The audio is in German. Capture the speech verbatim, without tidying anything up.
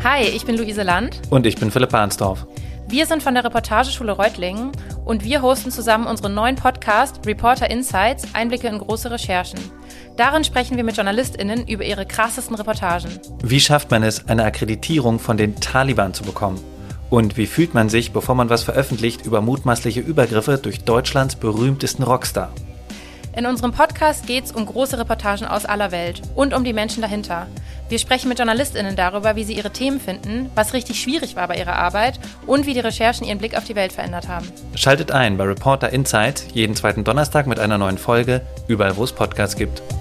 Hi, ich bin Luise Land. Und ich bin Philipp Bahnsdorf. Wir sind von der Reportageschule Reutlingen und wir hosten zusammen unseren neuen Podcast Reporter Insights, Einblicke in große Recherchen. Darin sprechen wir mit JournalistInnen über ihre krassesten Reportagen. Wie schafft man es, eine Akkreditierung von den Taliban zu bekommen? Und wie fühlt man sich, bevor man was veröffentlicht über mutmaßliche Übergriffe durch Deutschlands berühmtesten Rockstar? In unserem Podcast geht es um große Reportagen aus aller Welt und um die Menschen dahinter. Wir sprechen mit JournalistInnen darüber, wie sie ihre Themen finden, was richtig schwierig war bei ihrer Arbeit und wie die Recherchen ihren Blick auf die Welt verändert haben. Schaltet ein bei Reporter Insights jeden zweiten Donnerstag mit einer neuen Folge, überall wo es Podcasts gibt.